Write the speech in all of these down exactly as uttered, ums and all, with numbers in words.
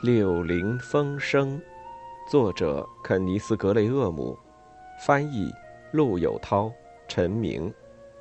柳林风声，作者肯尼斯·格雷厄姆，翻译陆有涛、陈明。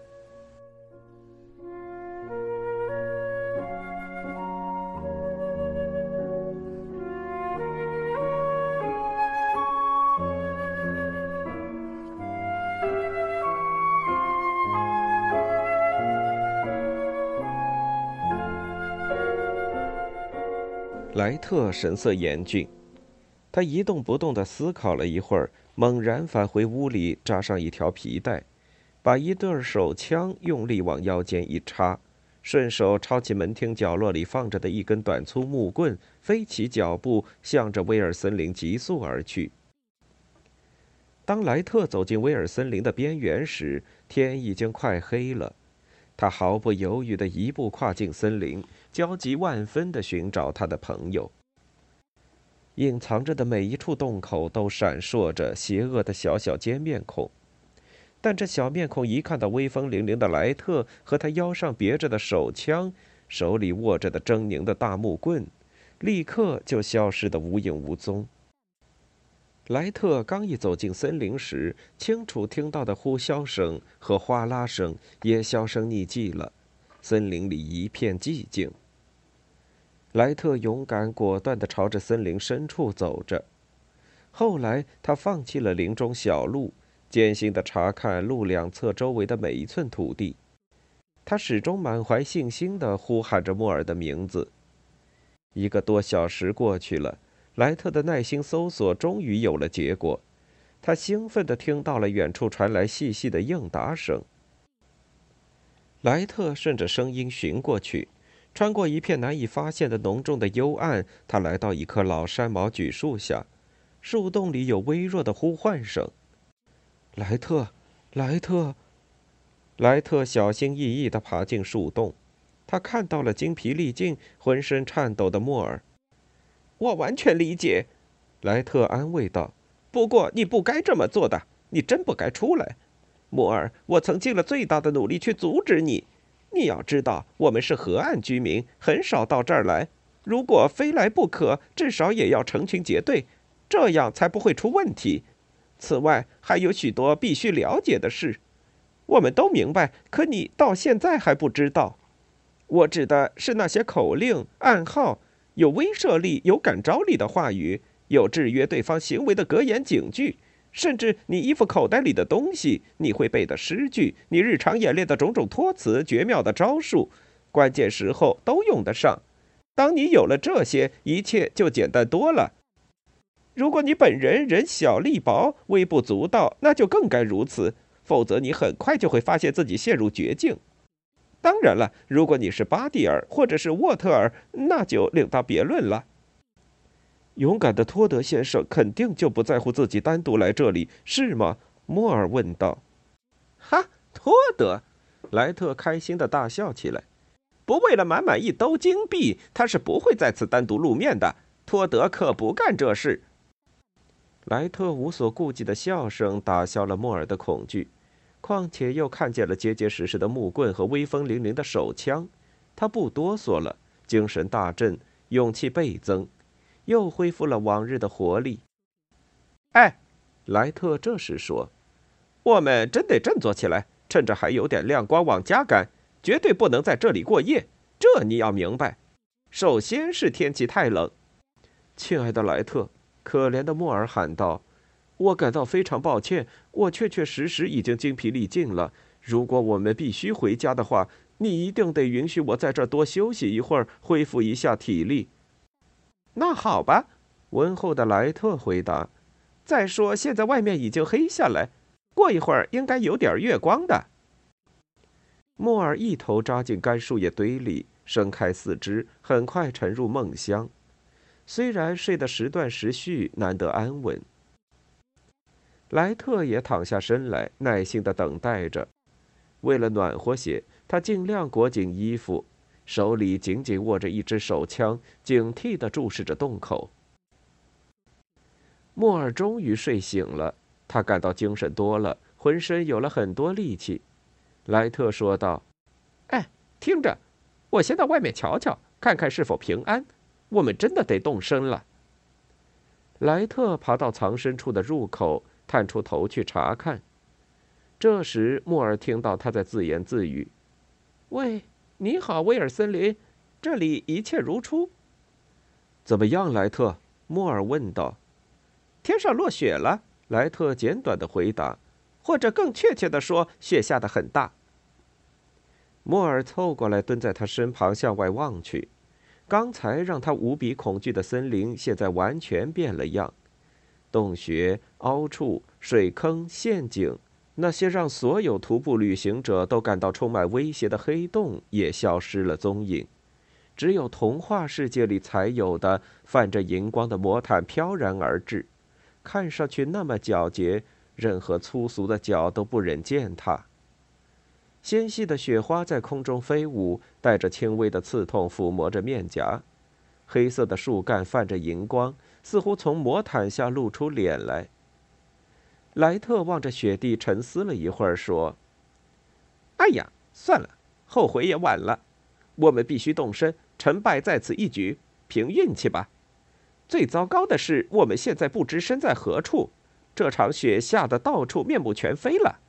莱特神色严峻，他一动不动地思考了一会儿，猛然返回屋里，扎上一条皮带，把一对手枪用力往腰间一插，顺手抄起门厅角落里放着的一根短粗木棍，飞起脚步，向着威尔森林急速而去。当莱特走进威尔森林的边缘时，天已经快黑了。他毫不犹豫地一步跨进森林，焦急万分地寻找他的朋友。隐藏着的每一处洞口都闪烁着邪恶的小小尖面孔，但这小面孔一看到威风凛凛的莱特和他腰上别着的手枪，手里握着的狰狞的大木棍，立刻就消失得无影无踪。莱特刚一走进森林时，清楚听到的呼啸声和哗啦声也销声匿迹了，森林里一片寂静。莱特勇敢果断地朝着森林深处走着。后来他放弃了林中小路，艰辛地查看路两侧周围的每一寸土地。他始终满怀信心地呼喊着莫尔的名字。一个多小时过去了，莱特的耐心搜索终于有了结果。他兴奋地听到了远处传来细细的应答声。莱特顺着声音寻过去，穿过一片难以发现的浓重的幽暗，他来到一棵老山毛榉树下，树洞里有微弱的呼唤声：“莱特，莱特！”莱特小心翼翼地爬进树洞，他看到了精疲力尽、浑身颤抖的莫尔。“我完全理解。”莱特安慰道，“不过你不该这么做的，你真不该出来。莫尔，我曾尽了最大的努力去阻止你。你要知道，我们是河岸居民，很少到这儿来。如果非来不可，至少也要成群结队，这样才不会出问题。此外，还有许多必须了解的事。我们都明白，可你到现在还不知道。我指的是那些口令、暗号，有威慑力、有感召力的话语，有制约对方行为的格言警句。甚至你衣服口袋里的东西，你会背的诗句，你日常演练的种种托词、绝妙的招数，关键时候都用得上。当你有了这些，一切就简单多了。如果你本人人小力薄、微不足道，那就更该如此，否则你很快就会发现自己陷入绝境。当然了，如果你是巴蒂尔或者是沃特尔，那就另当别论了。勇敢的托德先生肯定就不在乎自己单独来这里，是吗？莫尔问道。哈，托德！莱特开心地大笑起来。不为了满满一兜金币，他是不会在此单独露面的。托德可不干这事。莱特无所顾忌的笑声打消了莫尔的恐惧，况且又看见了结结实实的木棍和威风凛凛的手枪，他不哆嗦了，精神大振，勇气倍增。又恢复了往日的活力。哎，莱特这时说，我们真得振作起来，趁着还有点亮光往家赶，绝对不能在这里过夜，这你要明白。首先是天气太冷。亲爱的莱特，可怜的莫尔喊道，我感到非常抱歉，我确确实实已经精疲力尽了。如果我们必须回家的话，你一定得允许我在这儿多休息一会儿，恢复一下体力。那好吧，温厚的莱特回答。再说，现在外面已经黑下来，过一会儿应该有点月光的。莫尔一头扎进干树叶堆里，伸开四肢，很快沉入梦乡。虽然睡得时断时续，难得安稳。莱特也躺下身来，耐心地等待着。为了暖和些，他尽量裹紧衣服，手里紧紧握着一支手枪，警惕地注视着洞口。莫尔终于睡醒了，他感到精神多了，浑身有了很多力气。莱特说道：“哎，听着，我先到外面瞧瞧，看看是否平安。 我们真的得动身了。 莱特爬到藏身处的入口，探出头去查看。这时，莫尔听到他在自言自语：“ 喂，你好，威尔森林，这里一切如初。”“ 怎么样，莱特？”莫尔问道。 “天上落雪了。”莱特简短的回答，“或者更确切的说，雪下得很大。” 莫尔凑过来，蹲在他身旁，向外望去。刚才让他无比恐惧的森林，现在完全变了样。洞穴、凹处、水坑、陷阱，那些让所有徒步旅行者都感到充满威胁的黑洞，也消失了踪影。只有童话世界里才有的泛着荧光的魔毯飘然而至，看上去那么皎洁，任何粗俗的脚都不忍践踏。纤细的雪花在空中飞舞，带着轻微的刺痛抚摸着面颊。黑色的树干泛着荧光，似乎从魔毯下露出脸来。莱特望着雪地，沉思了一会儿，说：“ 哎呀，算了，后悔也晚了。我们必须动身，成败在此一举，凭运气吧。最糟糕的是，我们现在不知身在何处，这场雪下得到处面目全非了。”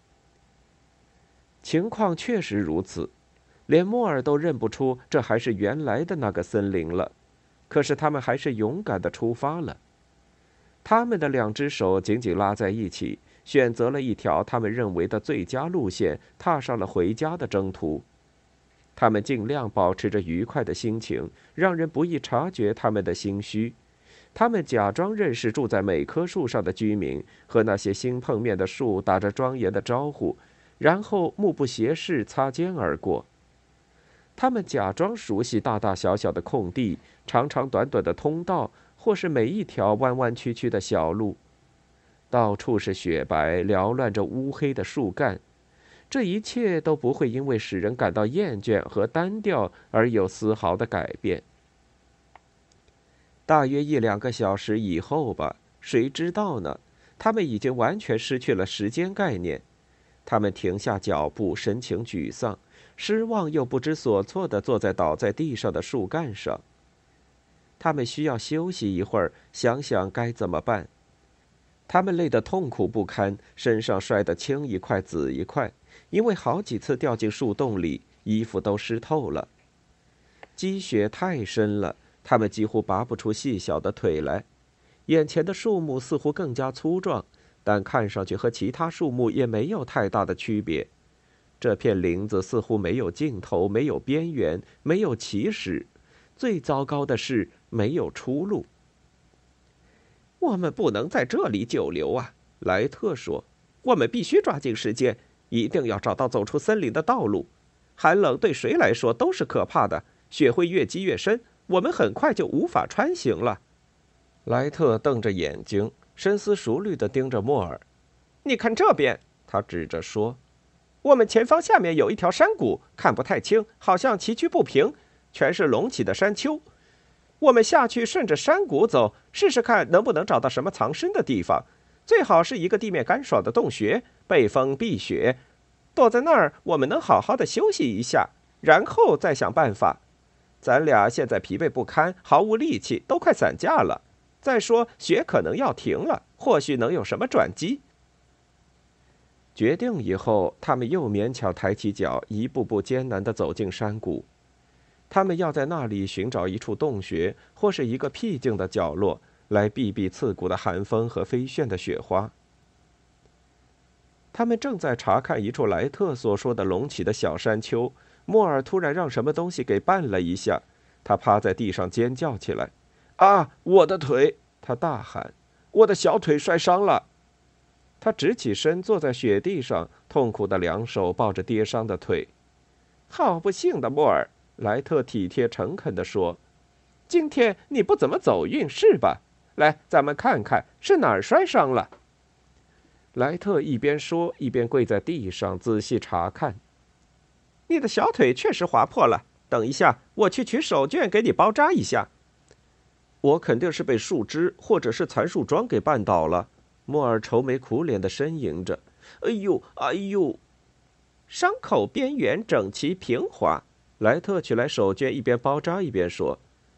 情况确实如此，连莫尔都认不出这还是原来的那个森林了。可是他们还是勇敢地出发了。他们的两只手紧紧拉在一起，选择了一条他们认为的最佳路线，踏上了回家的征途。他们尽量保持着愉快的心情，让人不易察觉他们的心虚。他们假装认识住在每棵树上的居民，和那些新碰面的树打着庄严的招呼，然后目不斜视，擦肩而过。他们假装熟悉大大小小的空地、长长短短的通道，或是每一条弯弯曲曲的小路。到处是雪白，缭乱着乌黑的树干。这一切都不会因为使人感到厌倦和单调而有丝毫的改变。大约一两个小时以后吧，谁知道呢？他们已经完全失去了时间概念。他们停下脚步，神情沮丧，失望又不知所措地坐在倒在地上的树干上。他们需要休息一会儿，想想该怎么办。他们累得痛苦不堪，身上摔得青一块紫一块，因为好几次掉进树洞里，衣服都湿透了。积雪太深了，他们几乎拔不出细小的腿来。眼前的树木似乎更加粗壮，但看上去和其他树木也没有太大的区别。这片林子似乎没有尽头，没有边缘，没有起始。最糟糕的是，没有出路。 我们不能在这里久留啊，莱特说。我们必须抓紧时间，一定要找到走出森林的道路。寒冷对谁来说都是可怕的，雪会越积越深，我们很快就无法穿行了。 莱特瞪着眼睛，深思熟虑地盯着莫尔。 你看这边，他指着说，我们前方下面有一条山谷，看不太清，好像崎岖不平，全是隆起的山丘。我们下去顺着山谷走，试试看能不能找到什么藏身的地方，最好是一个地面干爽的洞穴，背风避雪。躲在那儿，我们能好好的休息一下，然后再想办法。咱俩现在疲惫不堪，毫无力气，都快散架了。再说，雪可能要停了，或许能有什么转机。 决定以后，他们又勉强抬起脚，一步步艰难地走进山谷。他们要在那里寻找一处洞穴，或是一个僻静的角落，来避避刺骨的寒风和飞旋的雪花。他们正在查看一处莱特所说的隆起的小山丘，莫尔突然让什么东西给绊了一下，他趴在地上尖叫起来：“ 啊，我的腿！” 他大喊：“ 我的小腿摔伤了！” 他直起身，坐在雪地上，痛苦的两手抱着跌伤的腿。 “好不幸的莫尔！”莱特体贴诚恳地说，“今天你不怎么走运，是吧？来，咱们看看是哪儿摔伤了。” 莱特一边说，一边跪在地上仔细查看。 “你的小腿确实划破了，等一下，我去取手绢给你包扎一下。”“ 我肯定是被树枝或者是残树桩给绊倒了。”莫尔愁眉苦脸地呻吟着。 “哎呦，哎呦！”伤口边缘整齐平滑。 莱特取来手绢，一边包扎一边说：“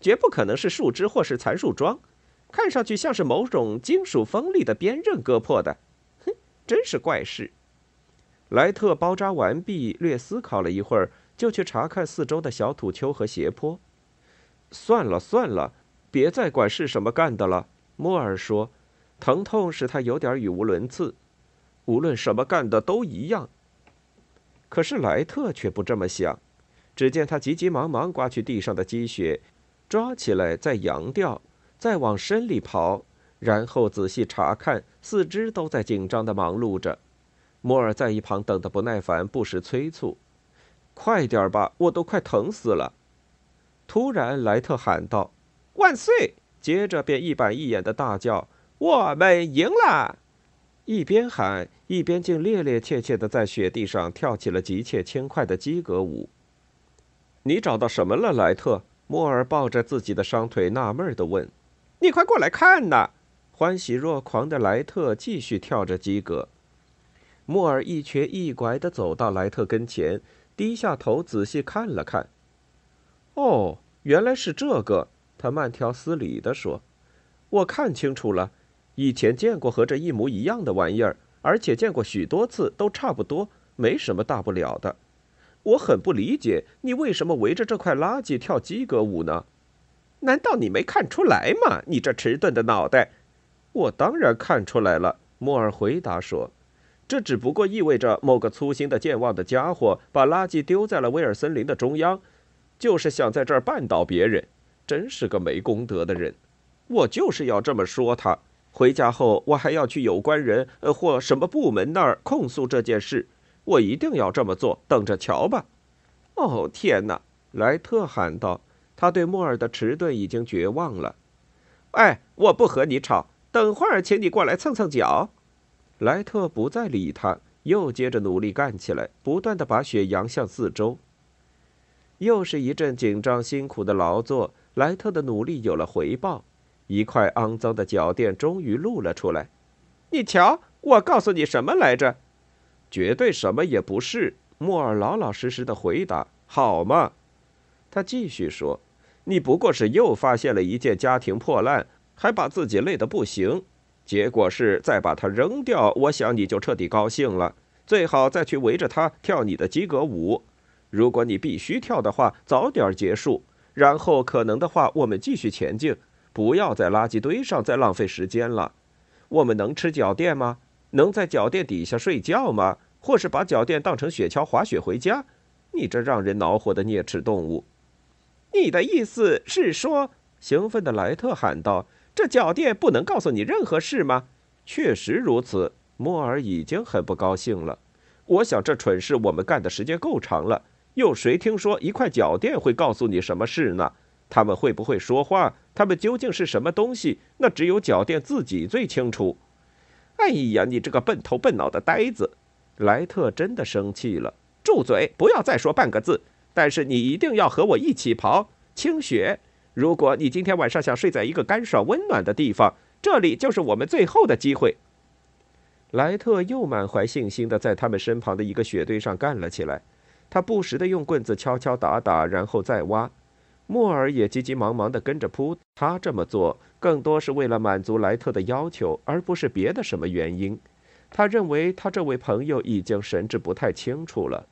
绝不可能是树枝或是残树桩，看上去像是某种金属锋利的鞭刃割破的。哼，真是怪事。莱特包扎完毕，略思考了一会儿，就去查看四周的小土丘和斜坡。算了算了，别再管是什么干的了，莫尔说，疼痛使他有点语无伦次。无论什么干的都一样。可是莱特却不这么想，只见他急急忙忙刮去地上的积雪，抓起来再扬掉，再往深里刨，然后仔细查看，四肢都在紧张地忙碌着。莫尔在一旁等得不耐烦，不时催促：“快点吧，我都快疼死了！”突然，莱特喊道：“万岁！”接着便一板一眼地大叫：“我们赢了！”一边喊，一边竟趔趔趄趄地在雪地上跳起了急切轻快的基格舞。“你找到什么了，莱特？”莫尔抱着自己的伤腿纳闷地问。“你快过来看呐！”欢喜若狂的莱特继续跳着基格。莫尔一瘸一拐地走到莱特跟前，低下头仔细看了看。“哦，原来是这个。”他慢条斯理地说，“我看清楚了。以前见过和这一模一样的玩意儿，而且见过许多次，都差不多，没什么大不了的。我很不理解你为什么围着这块垃圾跳基格舞呢？难道你没看出来吗？你这迟钝的脑袋！”“我当然看出来了。”莫尔回答说，“这只不过意味着某个粗心的健忘的家伙把垃圾丢在了威尔森林的中央，就是想在这儿绊倒别人，真是个没公德的人。我就是要这么说他。回家后，我还要去有关人呃或什么部门那儿控诉这件事。我一定要这么做，等着瞧吧！”“哦，天哪！”莱特喊道，他对莫尔的迟钝已经绝望了。“哎，我不和你吵，等会儿请你过来蹭蹭脚。”莱特不再理他，又接着努力干起来，不断地把雪扬向四周。又是一阵紧张辛苦的劳作，莱特的努力有了回报。一块肮脏的脚垫终于露了出来。“你瞧，我告诉你什么来着？”“绝对什么也不是。”莫尔老老实实的回答。“好嘛。”他继续说，“你不过是又发现了一件家庭破烂，还把自己累得不行。结果是再把它扔掉，我想你就彻底高兴了。最好再去围着它跳你的基格舞。如果你必须跳的话，早点结束，然后可能的话，我们继续前进。不要在垃圾堆上再浪费时间了。我们能吃脚垫吗？能在脚垫底下睡觉吗？或是把脚垫当成雪橇滑雪回家？你这让人恼火的啮齿动物！”“你的意思是说？”兴奋的莱特喊道，“这脚垫不能告诉你任何事吗？”“确实如此。”莫尔已经很不高兴了。“我想这蠢事我们干的时间够长了，有谁听说一块脚垫会告诉你什么事呢？他们会不会说话？他们究竟是什么东西？那只有脚垫自己最清楚。”“哎呀，你这个笨头笨脑的呆子！”莱特真的生气了。“住嘴，不要再说半个字！但是你一定要和我一起刨清雪。如果你今天晚上想睡在一个干爽温暖的地方，这里就是我们最后的机会。”莱特又满怀信心地在他们身旁的一个雪堆上干了起来。他不时地用棍子敲敲打打，然后再挖。莫尔也急急忙忙地跟着扑。他这么做更多是为了满足莱特的要求，而不是别的什么原因。他认为他这位朋友已经神志不太清楚了。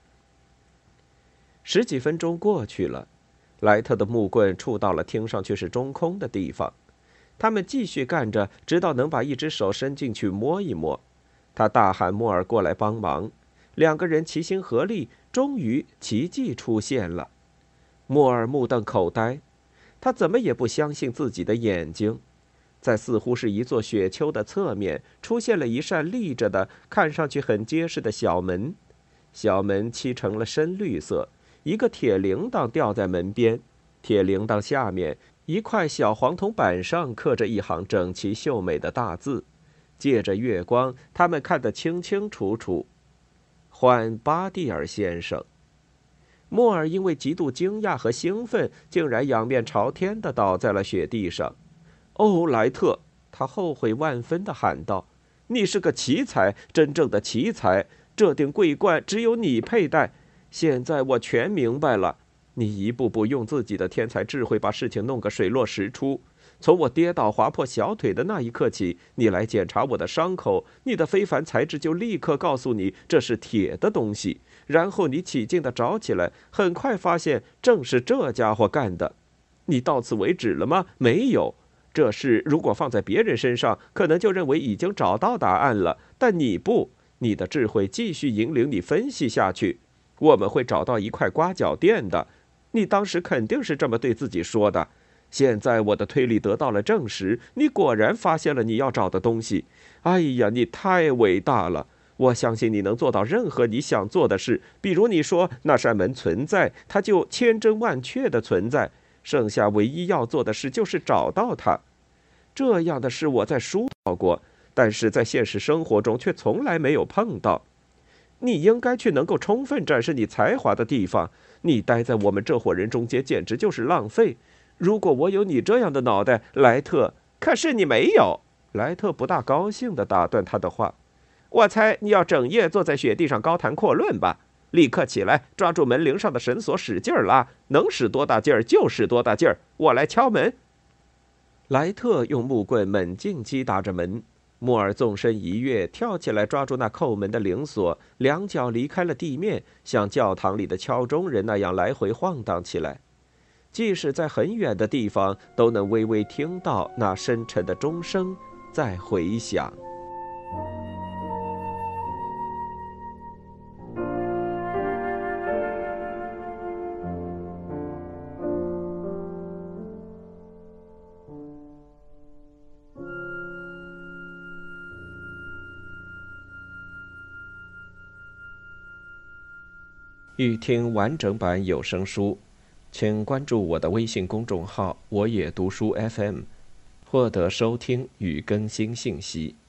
十几分钟过去了，莱特的木棍触到了听上去是中空的地方。他们继续干着，直到能把一只手伸进去摸一摸。他大喊莫尔过来帮忙。两个人齐心合力，终于奇迹出现了。莫尔目瞪口呆，他怎么也不相信自己的眼睛。在似乎是一座雪丘的侧面，出现了一扇立着的、看上去很结实的小门。小门漆成了深绿色，一个铁铃铛吊在门边。铁铃铛下面，一块小黄铜板上刻着一行整齐秀美的大字。借着月光，他们看得清清楚楚。换巴蒂尔先生。莫尔因为极度惊讶和兴奋，竟然仰面朝天地倒在了雪地上。“哦，莱特！”他后悔万分地喊道，“你是个奇才，真正的奇才！这顶桂冠只有你佩戴。现在我全明白了。 你一步步用自己的天才智慧把事情弄个水落石出。从我跌倒划破小腿的那一刻起，你来检查我的伤口，你的非凡才智就立刻告诉你这是铁的东西，然后你起劲地找起来，很快发现正是这家伙干的。你到此为止了吗？没有。这事如果放在别人身上，可能就认为已经找到答案了，但你不，你的智慧继续引领你分析下去。我们会找到一块刮脚垫的，你当时肯定是这么对自己说的。现在我的推理得到了证实，你果然发现了你要找的东西。哎呀，你太伟大了！我相信你能做到任何你想做的事，比如你说那扇门存在，它就千真万确的存在，剩下唯一要做的事就是找到它。这样的事我在书到过，但是在现实生活中却从来没有碰到。你应该去能够充分展示你才华的地方，你待在我们这伙人中间简直就是浪费。如果我有你这样的脑袋，莱特，可是你没有。莱特不大高兴地打断他的话。我猜你要整夜坐在雪地上高谈阔论吧？立刻起来，抓住门铃上的绳索，使劲儿拉，能使多大劲儿就使多大劲儿。我来敲门。莱特用木棍猛劲击打着门。莫尔纵身一跃，跳起来抓住那扣门的铃索，两脚离开了地面，像教堂里的敲钟人那样来回晃荡起来。即使在很远的地方，都能微微听到那深沉的钟声在回响。欲听完整版有声书，请关注我的微信公众号“我也读书 F M”， 获得收听与更新信息。